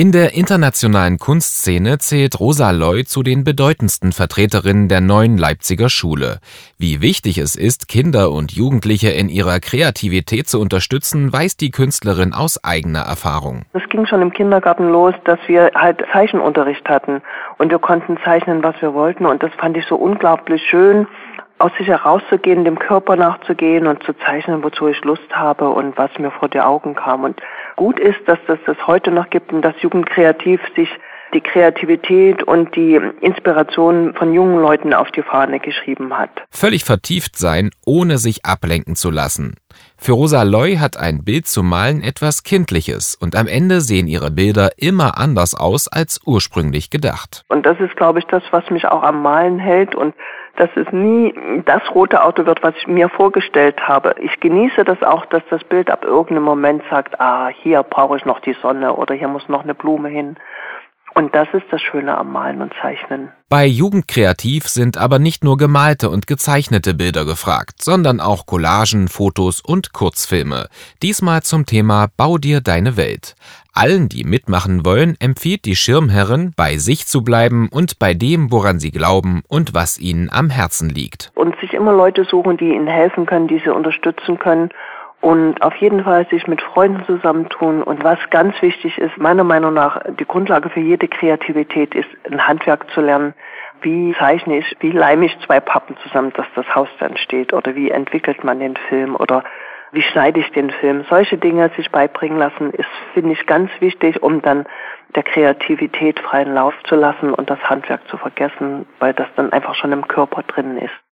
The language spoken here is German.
In der internationalen Kunstszene zählt Rosa Loy zu den bedeutendsten Vertreterinnen der neuen Leipziger Schule. Wie wichtig es ist, Kinder und Jugendliche in ihrer Kreativität zu unterstützen, weiß die Künstlerin aus eigener Erfahrung. Es ging schon im Kindergarten los, dass wir halt Zeichenunterricht hatten und wir konnten zeichnen, was wir wollten, und das fand ich so unglaublich schön, aus sich herauszugehen, dem Körper nachzugehen und zu zeichnen, wozu ich Lust habe und was mir vor die Augen kam. Und gut ist, dass das heute noch gibt und dass Jugendkreativ sich die Kreativität und die Inspiration von jungen Leuten auf die Fahne geschrieben hat. Völlig vertieft sein, ohne sich ablenken zu lassen. Für Rosa Loy hat ein Bild zu malen etwas Kindliches und am Ende sehen ihre Bilder immer anders aus als ursprünglich gedacht. Und das ist, glaube ich, das, was mich auch am Malen hält, und dass es nie das rote Auto wird, was ich mir vorgestellt habe. Ich genieße das auch, dass das Bild ab irgendeinem Moment sagt, hier brauche ich noch die Sonne oder hier muss noch eine Blume hin. Und das ist das Schöne am Malen und Zeichnen. Bei Jugendkreativ sind aber nicht nur gemalte und gezeichnete Bilder gefragt, sondern auch Collagen, Fotos und Kurzfilme. Diesmal zum Thema Bau dir deine Welt. Allen, die mitmachen wollen, empfiehlt die Schirmherrin, bei sich zu bleiben und bei dem, woran sie glauben und was ihnen am Herzen liegt. Und sich immer Leute suchen, die ihnen helfen können, die sie unterstützen können. Und auf jeden Fall sich mit Freunden zusammentun. Und was ganz wichtig ist, meiner Meinung nach, die Grundlage für jede Kreativität ist, ein Handwerk zu lernen. Wie zeichne ich, wie leime ich zwei Pappen zusammen, dass das Haus dann steht? Oder wie entwickelt man den Film? Oder wie schneide ich den Film? Solche Dinge sich beibringen lassen, ist, finde ich, ganz wichtig, um dann der Kreativität freien Lauf zu lassen und das Handwerk zu vergessen, weil das dann einfach schon im Körper drin ist.